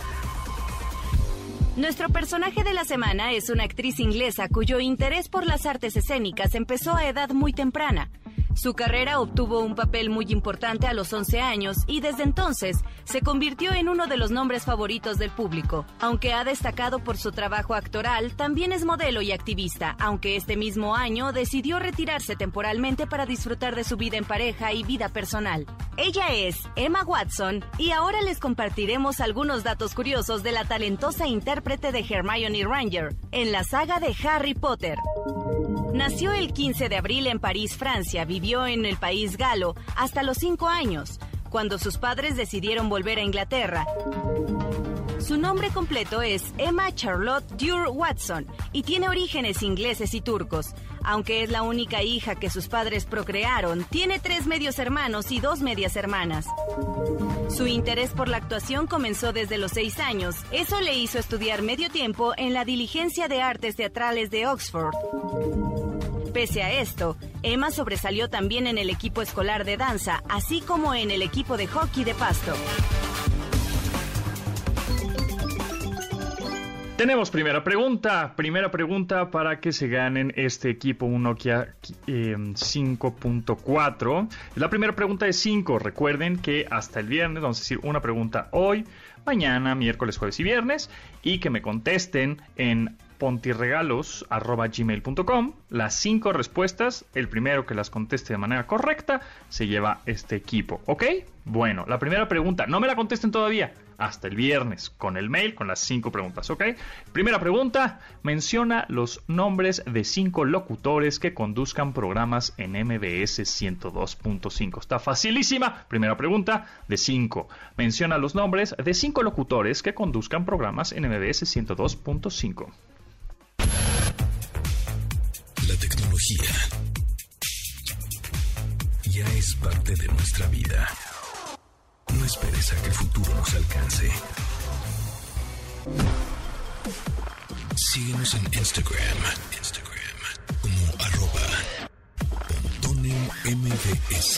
Speaker 2: Nuestro personaje de la semana es una actriz inglesa cuyo interés por las artes escénicas empezó a edad muy temprana. Su carrera obtuvo un papel muy importante a los 11 años y desde entonces se convirtió en uno de los nombres favoritos del público. Aunque ha destacado por su trabajo actoral, también es modelo y activista, aunque este mismo año decidió retirarse temporalmente para disfrutar de su vida en pareja y vida personal. Ella es Emma Watson y ahora les compartiremos algunos datos curiosos de la talentosa intérprete de Hermione Granger en la saga de Harry Potter. Nació el 15 de abril en París, Francia. Vivió en el país galo hasta los 5 años, cuando sus padres decidieron volver a Inglaterra. Su nombre completo es Emma Charlotte Dure Watson y tiene orígenes ingleses y turcos. Aunque es la única hija que sus padres procrearon, tiene 3 medios hermanos y 2 medias hermanas. Su interés por la actuación comenzó desde los 6 años. Eso le hizo estudiar medio tiempo en la Diligencia de Artes Teatrales de Oxford. Pese a esto, Emma sobresalió también en el equipo escolar de danza, así como en el equipo de hockey de pasto.
Speaker 3: Tenemos primera pregunta para que se ganen este equipo, un Nokia 5.4. La primera pregunta es 5. Recuerden que hasta el viernes, vamos a decir una pregunta hoy, mañana, miércoles, jueves y viernes, y que me contesten en pontirregalos@gmail.com las 5 respuestas. El primero que las conteste de manera correcta se lleva este equipo, ¿ok? Bueno, la primera pregunta, no me la contesten todavía, hasta el viernes con el mail con las 5 preguntas, ¿ok? Primera pregunta, menciona los nombres de 5 locutores que conduzcan programas en MBS 102.5. Está facilísima. Primera pregunta de 5. Menciona los nombres de 5 locutores que conduzcan programas en MBS 102.5.
Speaker 1: La tecnología ya es parte de nuestra vida. No esperes a que el futuro nos alcance. Síguenos en Instagram como @PontonenMBS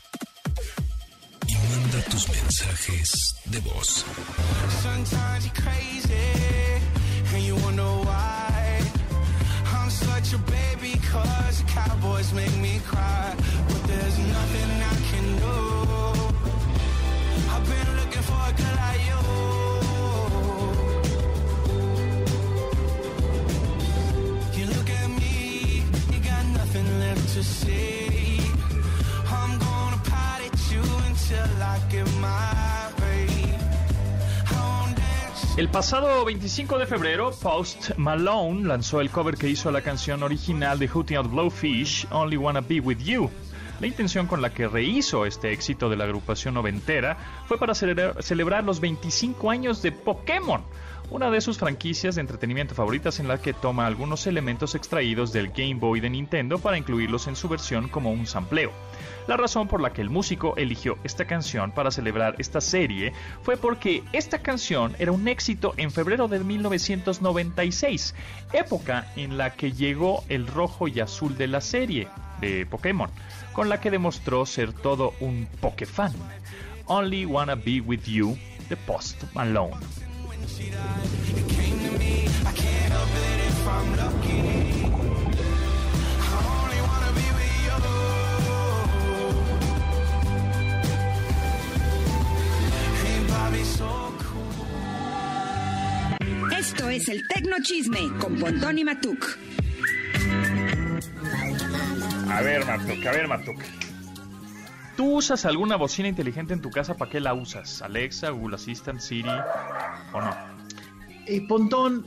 Speaker 1: y manda tus mensajes de voz. Sometimes you're crazy and you wonder why. I'm such a baby 'cause the cowboys make me cry, but there's nothing I can do. I've been looking for a girl like you. You look at me, you got nothing left to say. I'm gonna party you until I get my way.
Speaker 3: El pasado 25 de febrero, Post Malone lanzó el cover que hizo a la canción original de Hootie and the Blowfish, Only Wanna Be With You. La intención con la que rehizo este éxito de la agrupación noventera fue para celebrar los 25 años de Pokémon, una de sus franquicias de entretenimiento favoritas en la que toma algunos elementos extraídos del Game Boy de Nintendo para incluirlos en su versión como un sampleo. La razón por la que el músico eligió esta canción para celebrar esta serie fue porque esta canción era un éxito en febrero de 1996, época en la que llegó el rojo y azul de la serie de Pokémon, con la que demostró ser todo un Pokéfan. Only Wanna Be With You, de Post Malone.
Speaker 7: Esto es el Tecno Chisme con Pontón y Matuk.
Speaker 3: A ver, Matuk. ¿Tú usas alguna bocina inteligente en tu casa? ¿Para qué la usas? ¿Alexa, Google Assistant, Siri o no?
Speaker 5: Pontón,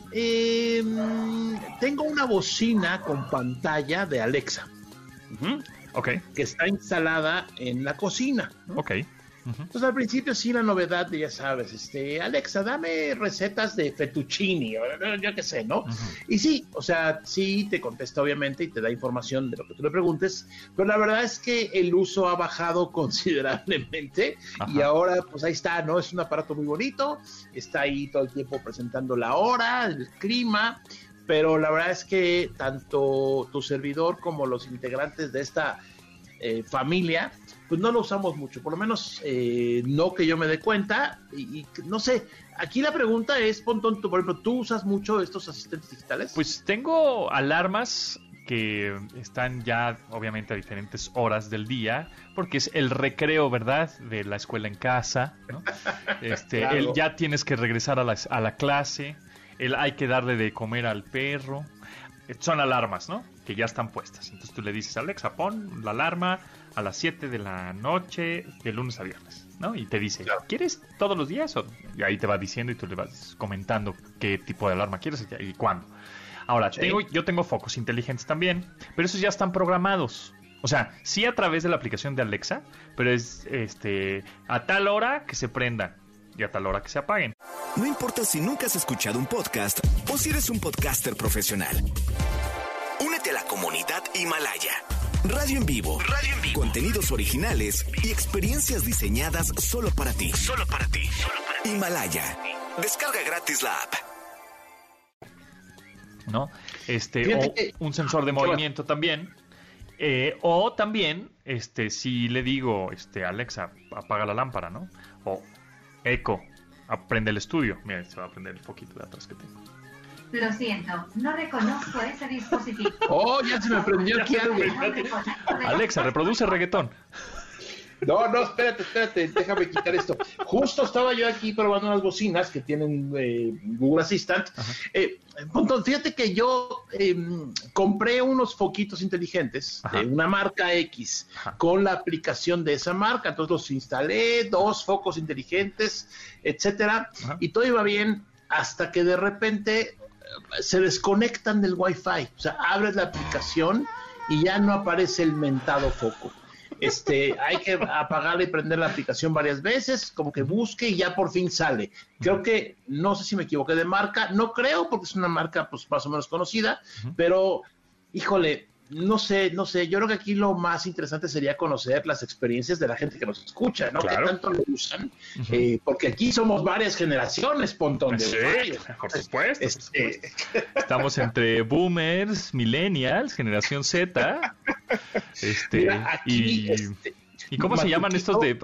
Speaker 5: tengo una bocina con pantalla de Alexa.
Speaker 3: Ok.
Speaker 5: Que está instalada en la cocina, ¿no?
Speaker 3: Ok.
Speaker 5: Entonces al principio sí la novedad de, ya sabes, Alexa, dame recetas de fettuccini, o yo qué sé, ¿no? Y sí, o sea, sí te contesta obviamente y te da información de lo que tú le preguntes, pero la verdad es que el uso ha bajado considerablemente. Y ahora pues ahí está, ¿no? Es un aparato muy bonito, está ahí todo el tiempo presentando la hora, el clima, pero la verdad es que tanto tu servidor como los integrantes de esta familia, pues no lo usamos mucho, por lo menos no que yo me dé cuenta, y no sé, aquí la pregunta es, Pontón, por ejemplo, ¿tú usas mucho estos asistentes digitales?
Speaker 3: Pues tengo alarmas que están ya obviamente a diferentes horas del día, porque es el recreo, ¿verdad?, de la escuela en casa, ¿no? Claro. Ya tienes que regresar a la clase, hay que darle de comer al perro. Son alarmas, ¿no?, que ya están puestas. Entonces tú le dices, Alexa, pon la alarma a las 7 de la noche de lunes a viernes, ¿no? Y te dice, claro, ¿quieres todos los días? Y ahí te va diciendo y tú le vas comentando qué tipo de alarma quieres y cuándo. Ahora, sí, yo tengo focos inteligentes también, pero esos ya están programados. O sea, sí a través de la aplicación de Alexa, pero es a tal hora que se prendan y a tal hora que se apaguen.
Speaker 1: No importa si nunca has escuchado un podcast o si eres un podcaster profesional. Únete a la comunidad Himalaya. Radio en vivo. Contenidos originales y experiencias diseñadas solo para ti. Himalaya. Descarga gratis la app.
Speaker 3: ¿No? O un sensor de movimiento también. O también, si le digo, Alexa, apaga la lámpara, ¿no? O Echo, aprende el estudio. Mira, se va a prender el foquito de atrás que tengo.
Speaker 4: Lo siento, no reconozco ese dispositivo.
Speaker 5: Oh, ya se me prendió aquí algo.
Speaker 3: Alexa, reproduce reggaetón.
Speaker 5: No, espérate, déjame quitar esto. Justo estaba yo aquí probando unas bocinas que tienen Google Assistant. Pontón, fíjate que yo compré unos foquitos inteligentes de una marca X con la aplicación de esa marca. Entonces los instalé, 2 focos inteligentes, etcétera, y todo iba bien hasta que de repente se desconectan del Wi-Fi. O sea, abres la aplicación y ya no aparece el mentado foco. Hay que apagarla y prender la aplicación varias veces, como que busque y ya por fin sale. Creo que, no sé si me equivoqué de marca, no creo porque es una marca pues más o menos conocida, pero híjole, no sé, yo creo que aquí lo más interesante sería conocer las experiencias de la gente que nos escucha, ¿no? Claro. ¿Qué tanto lo usan? Porque aquí somos varias generaciones, Pontón, de usuarios.
Speaker 3: Por supuesto. Estamos entre boomers, millennials, generación Z, mira, aquí, ¿y cómo se llaman estos de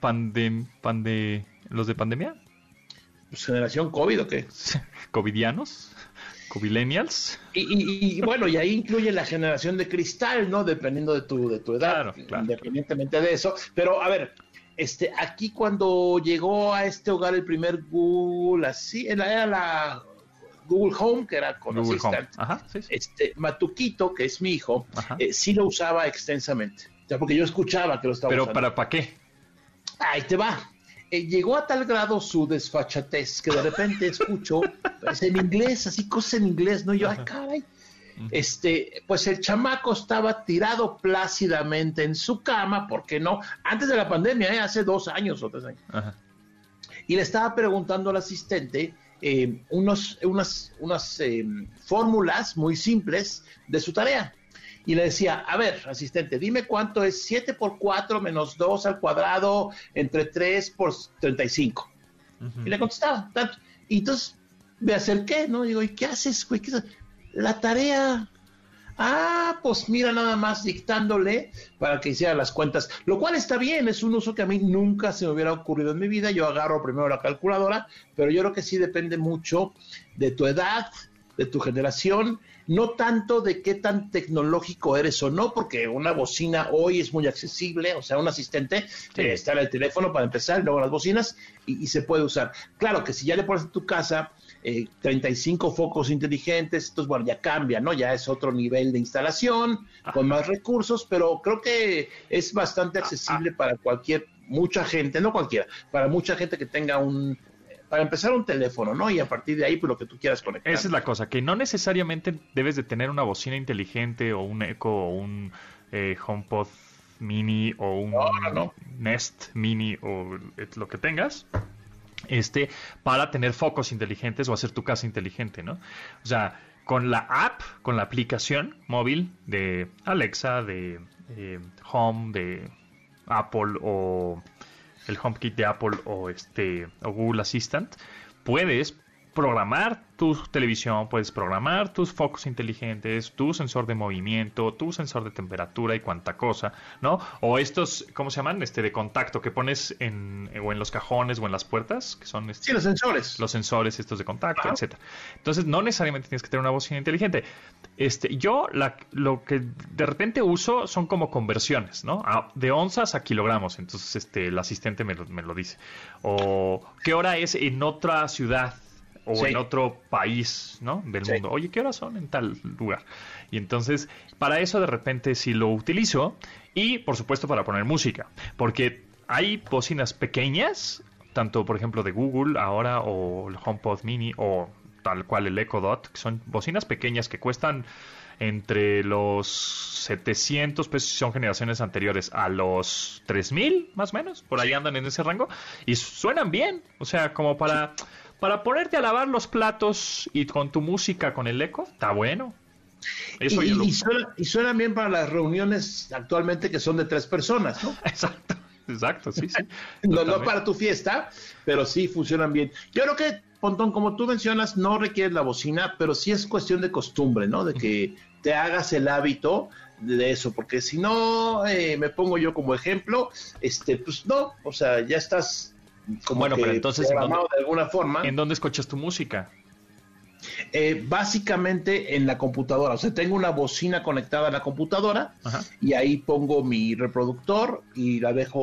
Speaker 3: los de pandemia?
Speaker 5: Pues generación COVID, ¿o qué?
Speaker 3: ¿Covidianos? ¿Covilenials?
Speaker 5: Y bueno, y ahí incluye la generación de cristal, ¿no? Dependiendo de tu edad, claro. Independientemente de eso. Pero, a ver, aquí cuando llegó a este hogar el primer Google, así, era la Google Home, que era con
Speaker 3: Google
Speaker 5: Assistant.
Speaker 3: Ajá, sí.
Speaker 5: Matuquito, que es mi hijo, sí lo usaba extensamente. O sea, porque yo escuchaba que lo estaba usando.
Speaker 3: ¿Pero para qué?
Speaker 5: Ahí te va. Llegó a tal grado su desfachatez que de repente escucho pues, en inglés, así cosas en inglés, ¿no? Yo, ay, caray. Pues el chamaco estaba tirado plácidamente en su cama, ¿por qué no? Antes de la pandemia, hace 2 años o 3 años. Ajá. Y le estaba preguntando al asistente unas fórmulas muy simples de su tarea. Y le decía, a ver, asistente, dime cuánto es 7 por 4 menos 2 al cuadrado entre 3 por 35. Y le contestaba, tanto. Y entonces me acerqué, ¿no? Digo, ¿y qué haces, güey? La tarea. Ah, pues mira, nada más dictándole para que hiciera las cuentas. Lo cual está bien, es un uso que a mí nunca se me hubiera ocurrido en mi vida. Yo agarro primero la calculadora, pero yo creo que sí depende mucho de tu edad, de tu generación, no tanto de qué tan tecnológico eres o no, porque una bocina hoy es muy accesible, o sea, un asistente está en el teléfono para empezar, y luego las bocinas, y se puede usar. Claro que si ya le pones a tu casa 35 focos inteligentes, entonces bueno, ya cambia, ¿no? Ya es otro nivel de instalación, con más recursos, pero creo que es bastante accesible para mucha gente, no cualquiera, para mucha gente que tenga para empezar un teléfono, ¿no? Y a partir de ahí, pues lo que tú quieras conectar.
Speaker 3: Esa es la cosa, que no necesariamente debes de tener una bocina inteligente o un Echo o un HomePod Mini o un Nest Mini o lo que tengas, para tener focos inteligentes o hacer tu casa inteligente, ¿no? O sea, con la app, con la aplicación móvil de Alexa, de Home, de Apple o el HomeKit de Apple o Google Assistant, puedes programar tu televisión, puedes programar tus focos inteligentes, tu sensor de movimiento, tu sensor de temperatura y cuanta cosa, ¿no? O estos, ¿cómo se llaman? De contacto que pones o en los cajones o en las puertas, que son
Speaker 5: sí, los sensores.
Speaker 3: Los sensores estos de contacto, etcétera. Entonces, no necesariamente tienes que tener una bocina inteligente. Yo lo que de repente uso son como conversiones, ¿no? De onzas a kilogramos. Entonces, el asistente me lo dice. O qué hora es en otra ciudad o en otro país, ¿no? Del mundo. Oye, ¿qué horas son en tal lugar? Y entonces, para eso de repente sí lo utilizo. Y, por supuesto, para poner música. Porque hay bocinas pequeñas, tanto, por ejemplo, de Google ahora, o el HomePod Mini, o tal cual el Echo Dot, que son bocinas pequeñas que cuestan entre los 700 pesos, si son generaciones anteriores, a los 3,000, más o menos. Por ahí andan en ese rango. Y suenan bien. O sea, como para ponerte a lavar los platos y con tu música, con el eco, está bueno. Eso
Speaker 5: y suenan bien para las reuniones actualmente que son de 3 personas, ¿no?
Speaker 3: Exacto, sí.
Speaker 5: no para tu fiesta, pero sí funcionan bien. Yo creo que, Pontón, como tú mencionas, no requieres la bocina, pero sí es cuestión de costumbre, ¿no? De que te hagas el hábito de eso, porque si no, me pongo yo como ejemplo, pues no, o sea, ya estás como
Speaker 3: pero entonces
Speaker 5: programado de alguna forma.
Speaker 3: ¿En dónde escuchas tu música?
Speaker 5: Básicamente en la computadora, o sea, tengo una bocina conectada a la computadora. Ajá. Y ahí pongo mi reproductor y la dejo,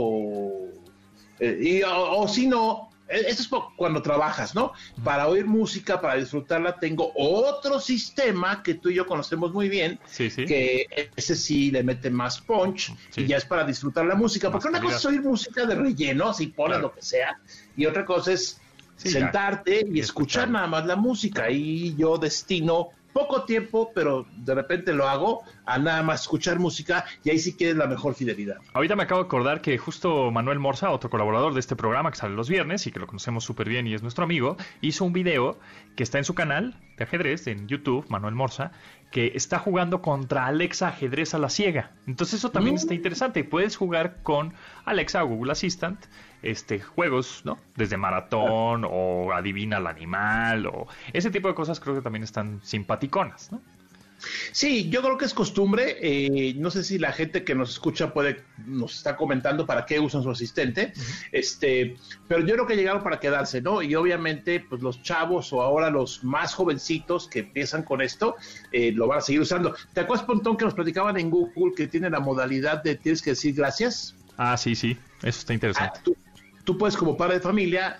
Speaker 5: o si no, eso es cuando trabajas, ¿no? Para oír música, para disfrutarla, tengo otro sistema que tú y yo conocemos muy bien, sí. Que ese sí le mete más punch, sí. Y ya es para disfrutar la música, porque una cosa es oír música de relleno, si pones lo que sea, y otra cosa es sentarte y escuchar nada más la música. Y yo destino poco tiempo, pero de repente lo hago a nada más escuchar música, y ahí sí quieres la mejor fidelidad.
Speaker 3: Ahorita me acabo de acordar que justo Manuel Morsa, otro colaborador de este programa que sale los viernes y que lo conocemos súper bien y es nuestro amigo, hizo un video que está en su canal de ajedrez en YouTube, Manuel Morsa, que está jugando contra Alexa ajedrez a la ciega. Entonces eso también está interesante. Puedes jugar con Alexa o Google Assistant juegos, ¿no? Desde maratón o adivina al animal o ese tipo de cosas. Creo que también están simpaticonas, ¿no?
Speaker 5: Sí, yo creo que es costumbre. No sé si la gente que nos escucha nos está comentando para qué usan su asistente. Pero yo creo que llegaron para quedarse, ¿no? Y obviamente, pues los chavos o ahora los más jovencitos que empiezan con esto, lo van a seguir usando. ¿Te acuerdas, Pontón, que nos platicaban en Google que tiene la modalidad de tienes que decir gracias?
Speaker 3: Ah, sí, eso está interesante.
Speaker 5: Tú puedes, como padre de familia,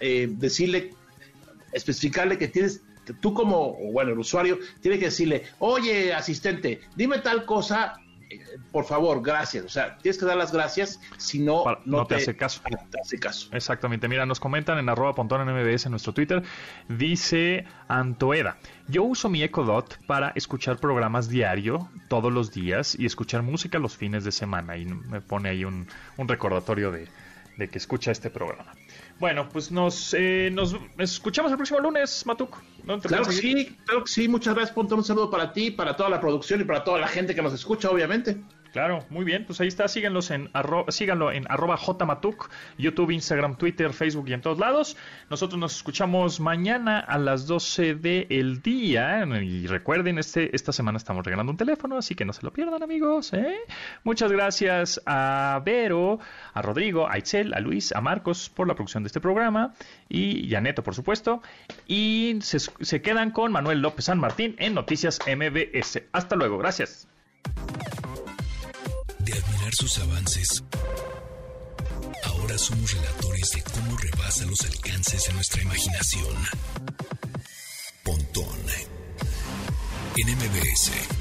Speaker 5: especificarle que tienes. Tú el usuario tiene que decirle, oye, asistente, dime tal cosa, por favor, gracias. O sea, tienes que dar las gracias, si no,
Speaker 3: no te hace caso.
Speaker 5: Te hace caso.
Speaker 3: Exactamente. Mira, nos comentan en @pontonmbs en nuestro Twitter. Dice Antoeda, yo uso mi Echo Dot para escuchar programas diario, todos los días, y escuchar música los fines de semana. Y me pone ahí un recordatorio de que escucha este programa. Bueno, pues nos escuchamos el próximo lunes, Matuk. ¿No?
Speaker 5: Claro que sí. Muchas gracias, Pontón. Un saludo para ti, para toda la producción y para toda la gente que nos escucha, obviamente.
Speaker 3: Claro, muy bien. Pues ahí está. Síganlo en @jmatuk, YouTube, Instagram, Twitter, Facebook y en todos lados. Nosotros nos escuchamos mañana a las 12 del día. Y recuerden, esta semana estamos regalando un teléfono, así que no se lo pierdan, amigos. Muchas gracias a Vero, a Rodrigo, a Itzel, a Luis, a Marcos por la producción de este programa y a Neto, por supuesto. Y se quedan con Manuel López San Martín en Noticias MBS. Hasta luego. Gracias.
Speaker 1: De admirar sus avances, ahora somos relatores de cómo rebasa los alcances de nuestra imaginación. Pontón en MBS.